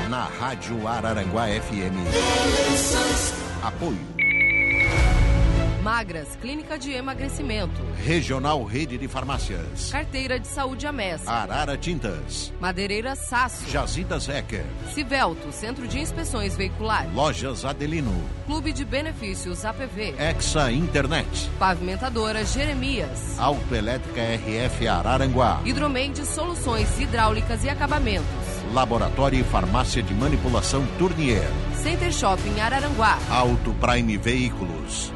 na Rádio Araranguá FM. Apoio. Magras, clínica de emagrecimento. Regional Rede de Farmácias. Carteira de Saúde Amessa. Arara Tintas. Madeireira Sasso. Jazidas Ecker. Civelto, Centro de Inspeções Veiculares. Lojas Adelino. Clube de Benefícios APV. Exa Internet. Pavimentadora Jeremias. Autoelétrica RF Araranguá. Hidromeide Soluções Hidráulicas e Acabamentos. Laboratório e Farmácia de Manipulação Tournier. Center Shopping Araranguá. Auto Prime Veículos.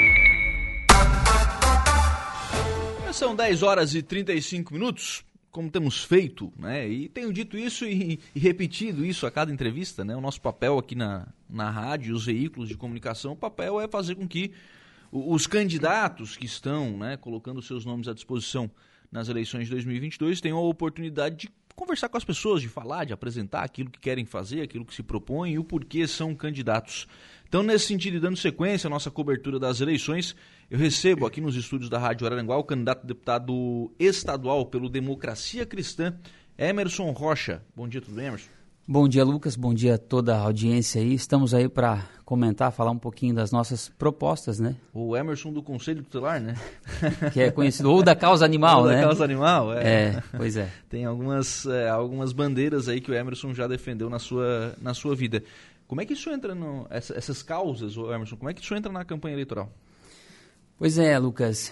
São 10 horas e 35 minutos, como temos feito, né? E tenho dito isso e repetido isso a cada entrevista, né? O nosso papel aqui na rádio, os veículos de comunicação, o papel é fazer com que os candidatos que estão, né, colocando seus nomes à disposição nas eleições de 2022 tenham a oportunidade de conversar com as pessoas, de falar, de apresentar aquilo que querem fazer, aquilo que se propõem e o porquê são candidatos. Então, nesse sentido, e dando sequência à nossa cobertura das eleições, eu recebo aqui nos estúdios da Rádio Araranguá o candidato a deputado estadual pelo Democracia Cristã, Emerson Rocha. Bom dia, tudo bem, Emerson? Bom dia, Lucas. Bom dia a toda a audiência aí. Estamos aí para comentar, falar um pouquinho das nossas propostas, né? O Emerson do Conselho Tutelar, né? Que é conhecido, ou da causa animal, ou né? Da causa animal, pois é. Tem algumas bandeiras aí que o Emerson já defendeu na sua vida. Como é que isso entra essas causas, Emerson? Como é que isso entra na campanha eleitoral? Pois é, Lucas.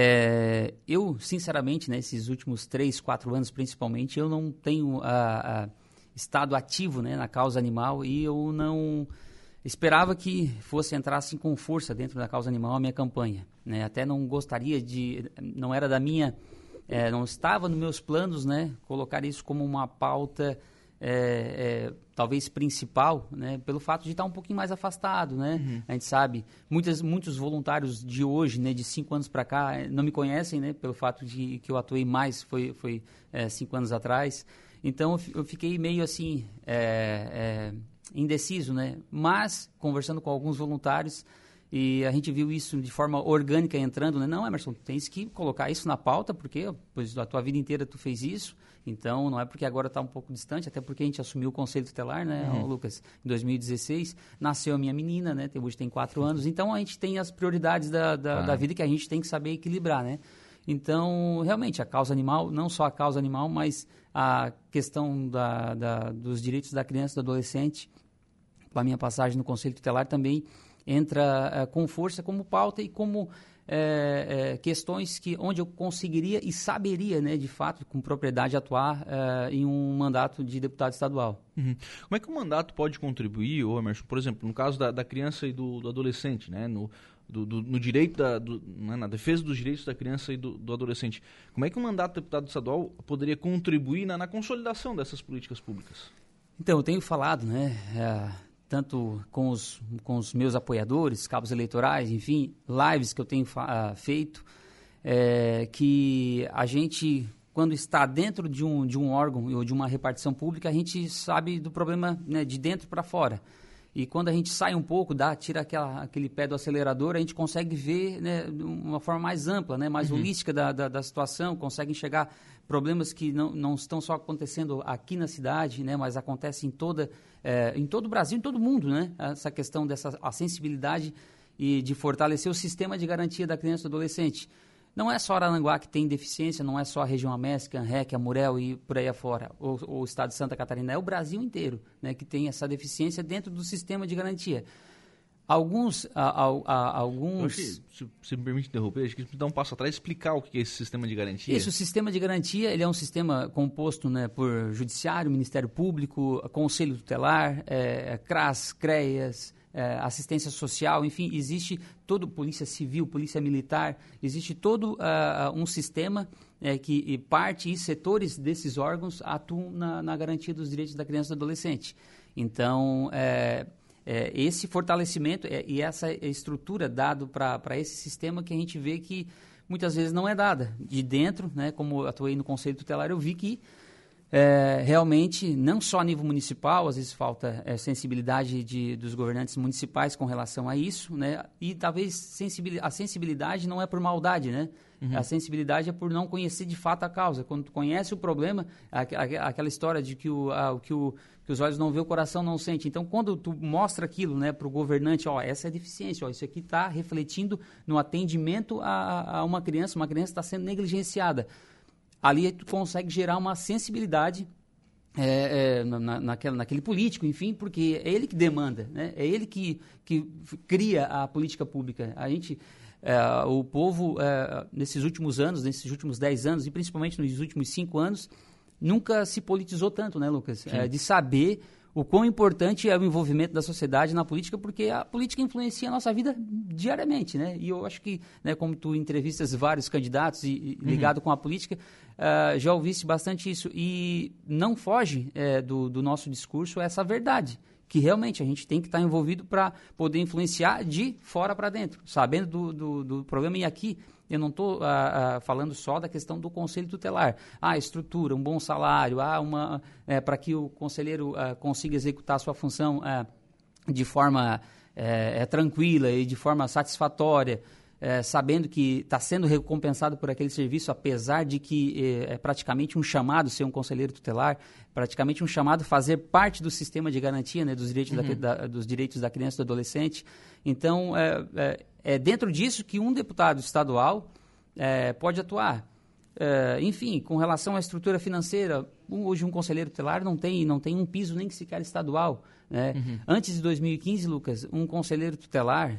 Eu, sinceramente, nesses últimos 3, 4 anos, principalmente, eu não tenho estado ativo, né, na causa animal e eu não esperava que fosse entrar assim com força dentro da causa animal a minha campanha, né? Até não gostaria não era da minha, não estava nos meus planos, né, colocar isso como uma pauta talvez principal, né, pelo fato de estar um pouquinho mais afastado, né? Uhum. A gente sabe, muitos voluntários de hoje, né, de 5 anos para cá, não me conhecem, né, pelo fato de que eu atuei mais, foi 5 anos atrás. Então eu fiquei meio assim, indeciso, né? Mas, conversando com alguns voluntários, e a gente viu isso de forma orgânica entrando, né? Não, Emerson, tens que colocar isso na pauta, porque pois, a tua vida inteira tu fez isso, então não é porque agora está um pouco distante, até porque a gente assumiu o Conselho Tutelar, né, Lucas, em 2016, nasceu a minha menina, né? Hoje tem 4 anos, então a gente tem as prioridades da vida que a gente tem que saber equilibrar, né? Então, realmente, a causa animal, não só a causa animal, mas a questão dos direitos da criança e do adolescente, com a minha passagem no Conselho Tutelar, também entra com força como pauta e como questões onde eu conseguiria e saberia, né, de fato, com propriedade, atuar em um mandato de deputado estadual. Uhum. Como é que o mandato pode contribuir, Emerson, por exemplo, no caso da criança e do adolescente, né, no direito, na defesa dos direitos da criança e do adolescente. Como é que o mandato de deputado estadual poderia contribuir na consolidação dessas políticas públicas? Então, eu tenho falado, né, tanto com os meus apoiadores, cabos eleitorais, enfim, lives que eu tenho feito, que a gente, quando está dentro de um órgão ou de uma repartição pública, a gente sabe do problema, né, de dentro para fora. E quando a gente sai um pouco, tira aquele pé do acelerador, a gente consegue ver, né, de uma forma mais ampla, né, mais holística da situação, consegue enxergar problemas que não estão só acontecendo aqui na cidade, né, mas acontecem em todo o Brasil, em todo o mundo, né, essa questão a sensibilidade e de fortalecer o sistema de garantia da criança e do adolescente. Não é só Araranguá que tem deficiência, não é só a região América, Canrec, Amurel e por aí afora, ou o estado de Santa Catarina, é o Brasil inteiro, né, que tem essa deficiência dentro do sistema de garantia. Alguns... Eu acho que, se me permite interromper, acho que dar um passo atrás e explicar o que é esse sistema de garantia. O sistema de garantia, ele é um sistema composto, né, por Judiciário, Ministério Público, Conselho Tutelar, CRAS, CREAS, assistência social, enfim, existe todo, Polícia Civil, Polícia Militar, existe todo um sistema que parte e setores desses órgãos atuam na garantia dos direitos da criança e do adolescente. Então, esse fortalecimento e essa estrutura dado para esse sistema que a gente vê que muitas vezes não é dada. De dentro, né, como eu atuei no Conselho Tutelar, eu vi que realmente, não só a nível municipal, às vezes falta sensibilidade dos governantes municipais com relação a isso, né? E talvez a sensibilidade não é por maldade, né? A sensibilidade é por não conhecer de fato a causa. Quando tu conhece o problema, aquela história de que os olhos não vê, o coração não sente. Então, quando tu mostra aquilo, né, para o governante, essa é a deficiência, isso aqui está refletindo no atendimento a uma criança está sendo negligenciada. Ali tu consegue gerar uma sensibilidade naquele político, enfim, porque é ele que demanda, né? É ele que cria a política pública. O povo, nesses últimos anos, nesses últimos 10 anos, e principalmente nos últimos 5 anos, nunca se politizou tanto, né, Lucas? De saber o quão importante é o envolvimento da sociedade na política, porque a política influencia a nossa vida diariamente, né? E eu acho que, né, como tu entrevistas vários candidatos e ligado com a política, já ouviste bastante isso. E não foge do nosso discurso essa verdade, que realmente a gente tem que estar envolvido para poder influenciar de fora para dentro, sabendo do problema. E aqui eu não estou falando só da questão do conselho tutelar. Estrutura, um bom salário, para que o conselheiro consiga executar a sua função de forma tranquila e de forma satisfatória, sabendo que está sendo recompensado por aquele serviço, apesar de que é praticamente um chamado ser um conselheiro tutelar, praticamente um chamado fazer parte do sistema de garantia, né, dos direitos da criança e do adolescente. Então, é dentro disso que um deputado estadual pode atuar. Enfim, com relação à estrutura financeira, hoje um conselheiro tutelar não tem um piso nem sequer estadual, né? Antes de 2015, Lucas, um conselheiro tutelar,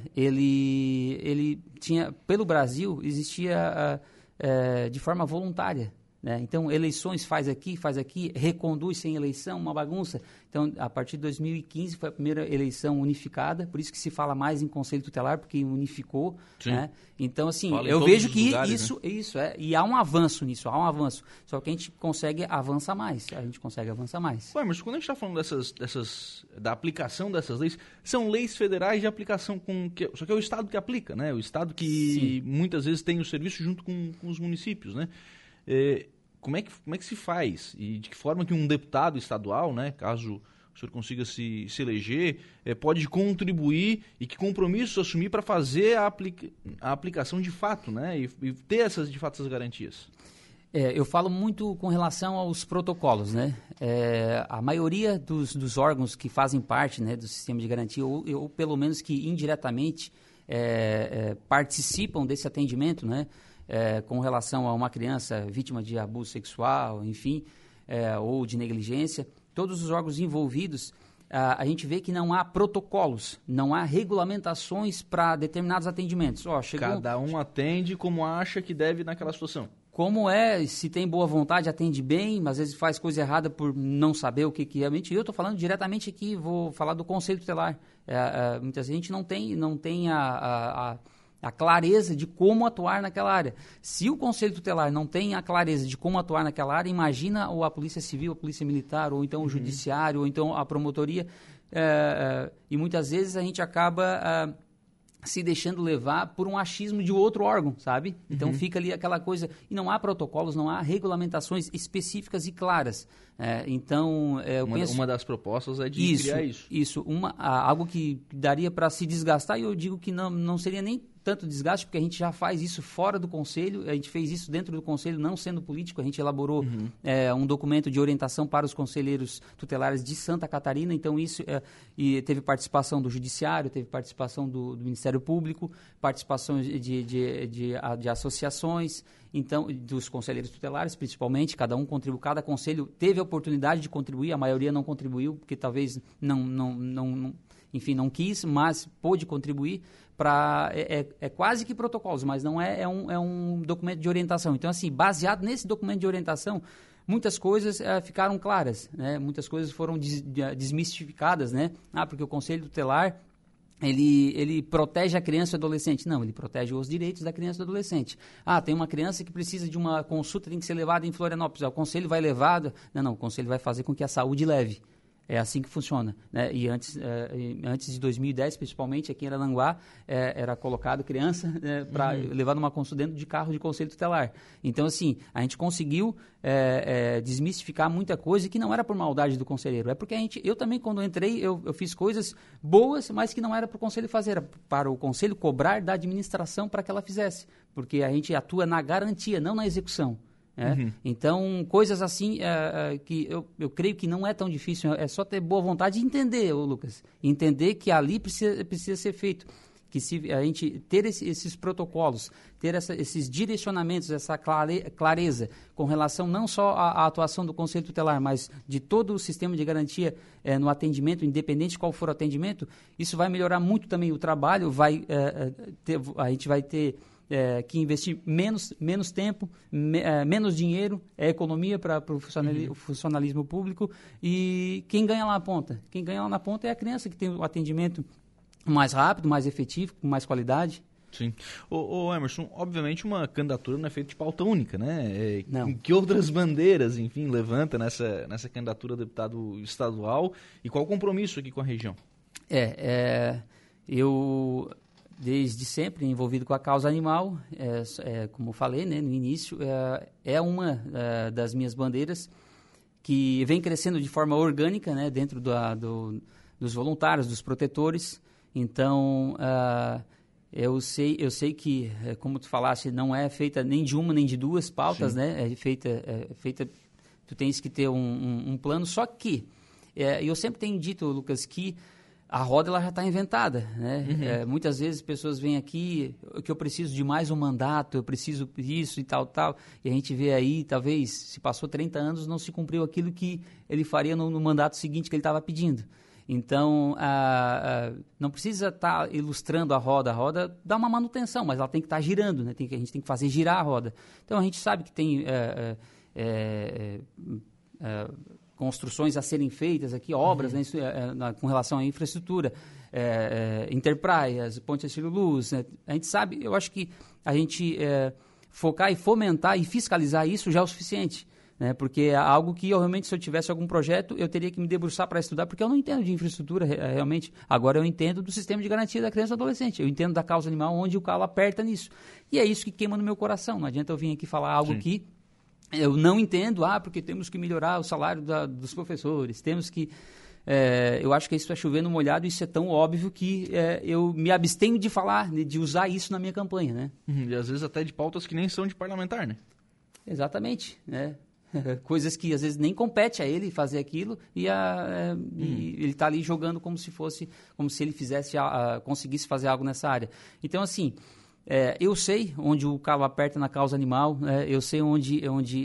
ele tinha, pelo Brasil, existia de forma voluntária, né? Então, eleições faz aqui, reconduz sem eleição, uma bagunça. Então, a partir de 2015 foi a primeira eleição unificada, por isso que se fala mais em conselho tutelar, porque unificou, né? Então, assim, eu vejo que lugares, isso e há um avanço nisso, Só que a gente consegue avançar mais, Ué, mas quando a gente está falando da aplicação dessas leis, são leis federais de aplicação só que é o Estado que aplica, né? O Estado que muitas vezes tem o serviço junto com os municípios, né? Como é que se faz e de que forma que um deputado estadual, né, caso o senhor consiga se eleger, pode contribuir e que compromissos assumir para fazer a aplicação de fato, né, e ter essas garantias? Eu falo muito com relação aos protocolos, né? A maioria dos órgãos que fazem parte, né, do sistema de garantia, ou pelo menos que indiretamente participam desse atendimento, né? Com relação a uma criança vítima de abuso sexual, enfim, ou de negligência, todos os órgãos envolvidos, a gente vê que não há protocolos, não há regulamentações para determinados atendimentos. Cada um atende como acha que deve naquela situação. Se tem boa vontade, atende bem, mas às vezes faz coisa errada por não saber o que realmente. Eu estou falando diretamente aqui, vou falar do conselho tutelar. Muita gente não tem a clareza de como atuar naquela área. Se o Conselho Tutelar não tem a clareza de como atuar naquela área, imagina a Polícia Civil, a Polícia Militar, ou então o Judiciário, ou então a Promotoria. E muitas vezes a gente acaba se deixando levar por um achismo de outro órgão, sabe? Então fica ali aquela coisa... E não há protocolos, não há regulamentações específicas e claras. Uma das propostas é de criar isso. Isso, algo que daria para se desgastar, e eu digo que não seria nem tanto desgaste, porque a gente já faz isso fora do Conselho, a gente fez isso dentro do Conselho, não sendo político, a gente elaborou um documento de orientação para os conselheiros tutelares de Santa Catarina, então isso, e teve participação do Judiciário, teve participação do Ministério Público, participação de associações, então, dos conselheiros tutelares, principalmente, cada conselho teve a oportunidade de contribuir, a maioria não contribuiu, porque talvez não quis, mas pôde contribuir para... quase que protocolos, mas não é um documento de orientação. Então, assim, baseado nesse documento de orientação, muitas coisas ficaram claras, né? Muitas coisas foram desmistificadas, né? Porque o Conselho Tutelar... Ele protege a criança e o adolescente. Não, ele protege os direitos da criança e do adolescente. Tem uma criança que precisa de uma consulta, tem que ser levada em Florianópolis. O conselho vai levar... Não, o conselho vai fazer com que a saúde leve. É assim que funciona, né? E antes de 2010, principalmente, aqui em Araranguá, era colocado criança, né, para levar numa consulta dentro de carro de conselho tutelar. Então, assim, a gente conseguiu desmistificar muita coisa que não era por maldade do conselheiro. É porque eu também, quando entrei, eu fiz coisas boas, mas que não era para o conselho fazer, era para o conselho cobrar da administração para que ela fizesse. Porque a gente atua na garantia, não na execução. Então, coisas assim que eu creio que não é tão difícil, é só ter boa vontade de entender, Lucas. Entender que ali precisa ser feito. Que se a gente ter esses protocolos, ter esses direcionamentos, essa clareza com relação não só à atuação do Conselho Tutelar, mas de todo o sistema de garantia no atendimento, independente de qual for o atendimento, isso vai melhorar muito também o trabalho, a gente vai ter que investir menos tempo, menos dinheiro, economia para o funcionalismo público, e quem ganha lá na ponta? Quem ganha lá na ponta é a criança, que tem o atendimento mais rápido, mais efetivo, com mais qualidade. Sim. Ô Emerson, obviamente uma candidatura não é feita de pauta única, né? Não. Que outras bandeiras, enfim, levanta nessa candidatura a deputado estadual, e qual o compromisso aqui com a região? Eu... Desde sempre envolvido com a causa animal, como falei, né, no início, é uma das minhas bandeiras que vem crescendo de forma orgânica, né, dentro dos voluntários, dos protetores. Então, eu sei que, como tu falaste, não é feita nem de uma nem de duas pautas, né? É feita, tu tens que ter um plano. Só que eu sempre tenho dito, Lucas, que a roda ela já está inventada, né? Muitas vezes pessoas vêm aqui que eu preciso de mais um mandato, eu preciso disso e tal, e a gente vê aí, talvez, se passou 30 anos, não se cumpriu aquilo que ele faria no mandato seguinte que ele estava pedindo. Então, não precisa estar ilustrando a roda dá uma manutenção, mas ela tem que estar girando, né? A gente tem que fazer girar a roda. Então, a gente sabe que tem construções a serem feitas aqui, obras, né, com relação à infraestrutura, Interpraias, Ponte Estilo Luz, né? A gente sabe, eu acho que a gente focar e fomentar e fiscalizar isso já é o suficiente, né? Porque é algo que realmente, se eu tivesse algum projeto, eu teria que me debruçar para estudar, porque eu não entendo de infraestrutura realmente. Agora eu entendo do sistema de garantia da criança e do adolescente, eu entendo da causa animal, onde o calo aperta nisso. E é isso que queima no meu coração, não adianta eu vir aqui falar algo que eu não entendo, porque temos que melhorar o salário dos professores, temos que... eu acho que isso é chover no molhado, isso é tão óbvio que eu me abstenho de falar, de usar isso na minha campanha, né? E às vezes até de pautas que nem são de parlamentar, né? Exatamente, né? Coisas que às vezes nem compete a ele fazer aquilo, e ele está ali jogando como se ele conseguisse fazer algo nessa área. Então, assim... eu sei onde o calo aperta na causa animal, eu sei onde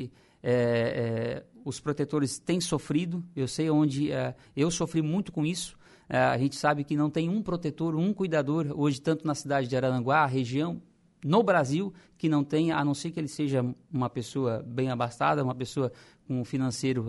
os protetores têm sofrido, eu sei onde eu sofri muito com isso. A gente sabe que não tem um protetor, um cuidador, hoje, tanto na cidade de Araranguá, a região, no Brasil, que não tenha, a não ser que ele seja uma pessoa bem abastada, uma pessoa com um financeiro...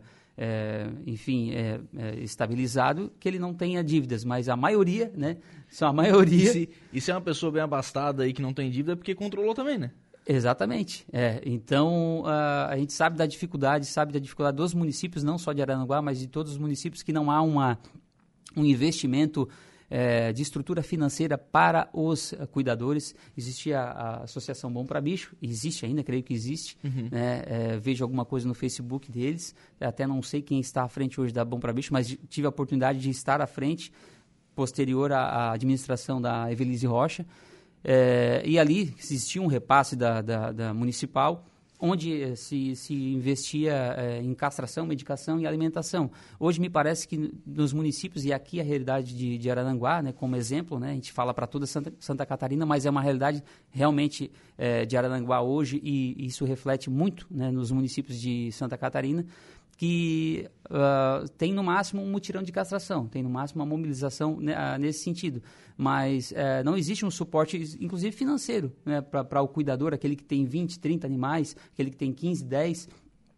estabilizado, que ele não tenha dívidas, mas a maioria, né? São a maioria. E se é uma pessoa bem abastada aí que não tem dívida, é porque controlou também, né? Exatamente. Então, a gente sabe da dificuldade dos municípios, não só de Araranguá, mas de todos os municípios, que não há um investimento de estrutura financeira para os cuidadores. Existia a Associação Bom Pra Bicho, existe ainda, creio que existe, né? Vejo alguma coisa no Facebook deles, até não sei quem está à frente hoje da Bom Pra Bicho, mas tive a oportunidade de estar à frente, posterior à administração da Evelise Rocha, e ali existia um repasse da municipal, onde se investia em castração, medicação e alimentação. Hoje me parece que nos municípios, e aqui a realidade de Araranguá, né, como exemplo, né, a gente fala para toda Santa Catarina, mas é uma realidade realmente de Araranguá hoje, e isso reflete muito, né, nos municípios de Santa Catarina, que tem no máximo um mutirão de castração, tem no máximo uma mobilização, né, nesse sentido, mas não existe um suporte, inclusive financeiro, né, para o cuidador, aquele que tem 20, 30 animais, aquele que tem 15, 10,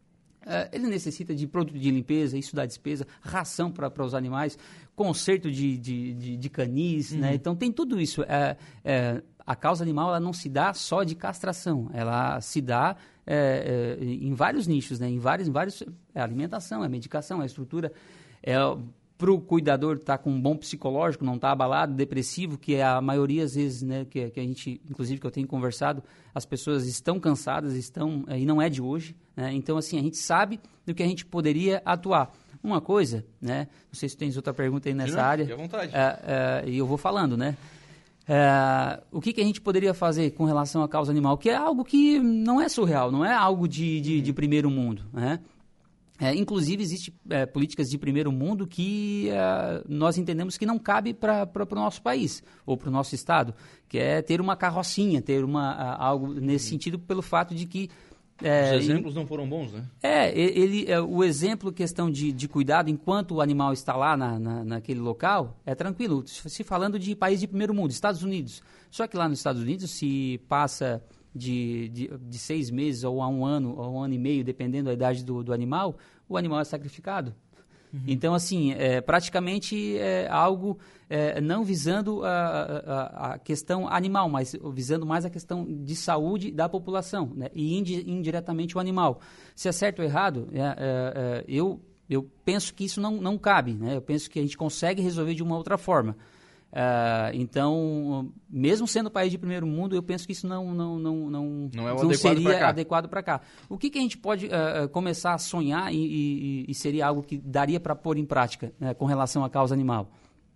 Ele necessita de produto de limpeza, isso dá despesa, ração para os animais, conserto de canis, né? Então tem tudo isso. A causa animal ela não se dá só de castração, ela se dá em vários nichos, né? Em vários é alimentação, é medicação, é estrutura, para o cuidador estar com um bom psicológico, não estar abalado, depressivo, que é a maioria às vezes, né, que a gente, inclusive que eu tenho conversado, as pessoas estão cansadas, e não é de hoje, né? Então assim, a gente sabe do que a gente poderia atuar. Uma coisa, né, não sei se tens outra pergunta aí nessa área. Fique à vontade. E eu vou falando, né? O que a gente poderia fazer com relação à causa animal? Que é algo que não é surreal, não é algo de primeiro mundo, né? Inclusive, existem políticas de primeiro mundo que nós entendemos que não cabe para o nosso país ou para o nosso estado, que é ter uma carrocinha, ter algo nesse sentido, pelo fato de que... Os exemplos não foram bons, né? O exemplo, questão de cuidado, enquanto o animal está lá naquele local, é tranquilo. Se falando de país de primeiro mundo, Estados Unidos. Só que lá nos Estados Unidos, se passa... De 6 meses ou a 1 ano ou 1 ano e meio, dependendo da idade do animal, o animal é sacrificado. Então, assim, praticamente algo não visando a questão animal, mas visando mais a questão de saúde da população, né? E indiretamente o animal. Se é certo ou errado, eu penso que isso não cabe, né? Eu penso que a gente consegue resolver de uma outra forma. Então, mesmo sendo país de primeiro mundo, eu penso que isso não seria adequado para cá. O que a gente pode começar a sonhar e seria algo que daria para pôr em prática, né, com relação à causa animal?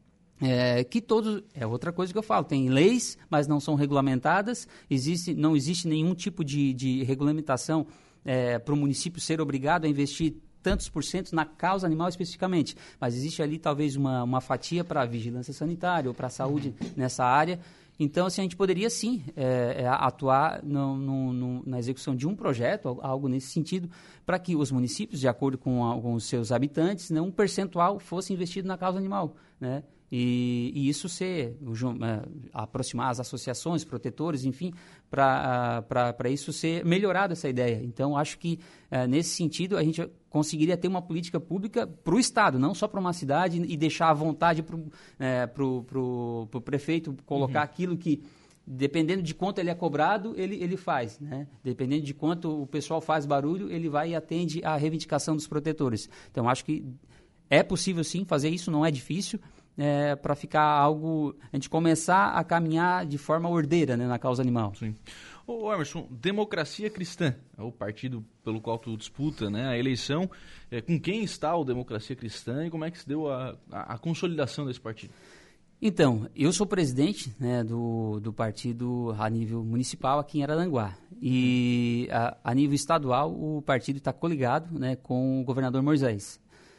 É outra coisa que eu falo, tem leis, mas não são regulamentadas, não existe nenhum tipo de regulamentação para o município ser obrigado a investir tantos por cento na causa animal especificamente, mas existe ali talvez uma fatia para a vigilância sanitária ou para a saúde nessa área. Então, assim, a gente poderia sim atuar na execução de um projeto, algo nesse sentido, para que os municípios, de acordo com os seus habitantes, né, um percentual fosse investido na causa animal, né? E isso aproximar as associações, protetores, enfim, para isso ser melhorado essa ideia. Então, acho que nesse sentido a gente conseguiria ter uma política pública para o Estado, não só para uma cidade, e deixar à vontade para o prefeito colocar aquilo que, dependendo de quanto ele é cobrado, ele faz, né? Dependendo de quanto o pessoal faz barulho, ele vai e atende à reivindicação dos protetores. Então, acho que é possível sim fazer isso, não é difícil, para ficar algo, a gente começar a caminhar de forma ordeira, né, na causa animal. Sim. Ô Emerson, Democracia Cristã é o partido pelo qual tu disputa, né, a eleição. Com quem está o Democracia Cristã e como é que se deu a consolidação desse partido? Então, eu sou presidente, né, do partido a nível municipal aqui em Araranguá. E a nível estadual o partido está coligado, né, com o governador Moisés.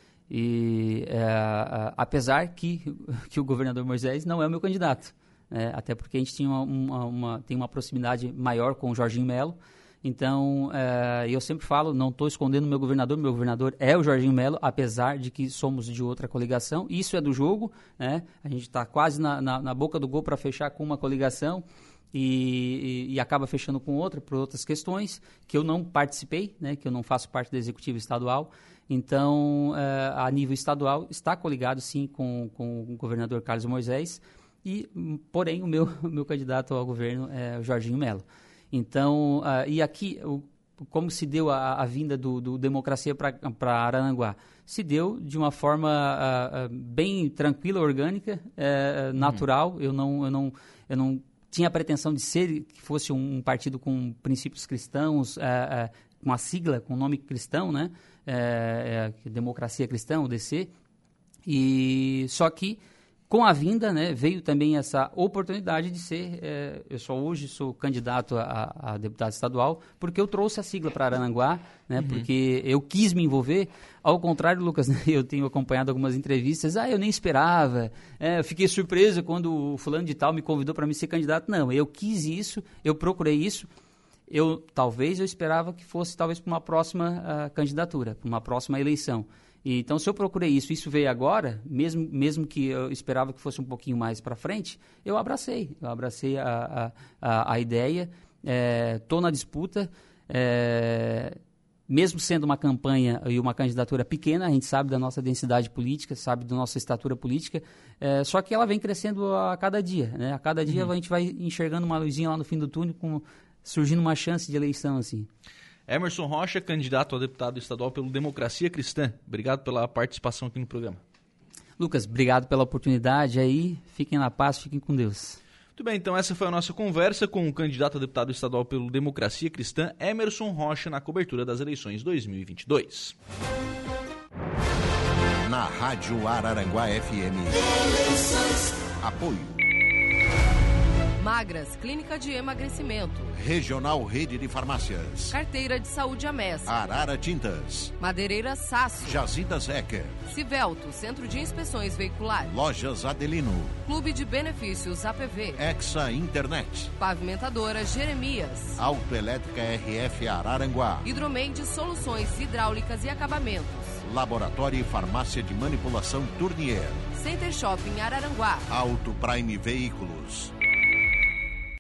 E apesar que o governador Moisés não é o meu candidato, até porque a gente tinha tem uma proximidade maior com o Jorginho Melo. Então, eu sempre falo, não estou escondendo meu governador é o Jorginho Melo, apesar de que somos de outra coligação. Isso é do jogo, né? A gente está quase na boca do gol para fechar com uma coligação e acaba fechando com outra, por outras questões, que eu não participei, né? Que eu não faço parte da executiva estadual. Então, a nível estadual, está coligado, sim, com o governador Carlos Moisés, porém, o meu candidato ao governo é o Jorginho Melo. Então, e aqui, como se deu a vinda do Democracia para Araranguá? Se deu de uma forma bem tranquila, orgânica, natural. Eu não tinha a pretensão que fosse um partido com princípios cristãos, com a sigla, com o nome cristão, né? Democracia Cristã, o DC. E só que com a vinda, né, veio também essa oportunidade de ser, eu só hoje sou candidato a deputado estadual, porque eu trouxe a sigla para Araranguá, né, porque eu quis me envolver. Ao contrário, Lucas, né, eu tenho acompanhado algumas entrevistas, eu nem esperava, eu fiquei surpreso quando o fulano de tal me convidou para me ser candidato. Não, eu quis isso, eu procurei isso. Talvez eu esperava que fosse talvez para uma próxima candidatura, para uma próxima eleição. Então, se eu procurei isso veio agora, mesmo que eu esperava que fosse um pouquinho mais para frente, eu abracei a ideia, estou na disputa, mesmo sendo uma campanha e uma candidatura pequena, a gente sabe da nossa densidade política, sabe da nossa estatura política, só que ela vem crescendo a cada dia, né? A cada dia a gente vai enxergando uma luzinha lá no fim do túnel, surgindo uma chance de eleição, assim. Emerson Rocha, candidato a deputado estadual pelo Democracia Cristã. Obrigado pela participação aqui no programa. Lucas, obrigado pela oportunidade aí. Fiquem na paz, fiquem com Deus. Muito bem, então essa foi a nossa conversa com o candidato a deputado estadual pelo Democracia Cristã, Emerson Rocha, na cobertura das eleições 2022. Na Rádio Araranguá FM. Apoio. Magras, clínica de emagrecimento. Regional Rede de Farmácias. Carteira de Saúde Amessa. Arara Tintas. Madeireira Sasso. Jazidas Ecker. Civelto, Centro de Inspeções Veiculares. Lojas Adelino. Clube de Benefícios APV. Exa Internet. Pavimentadora Jeremias. Autoelétrica RF Araranguá. Hidromeide Soluções Hidráulicas e Acabamentos. Laboratório e Farmácia de Manipulação Tournier. Center Shopping Araranguá. Auto Prime Veículos.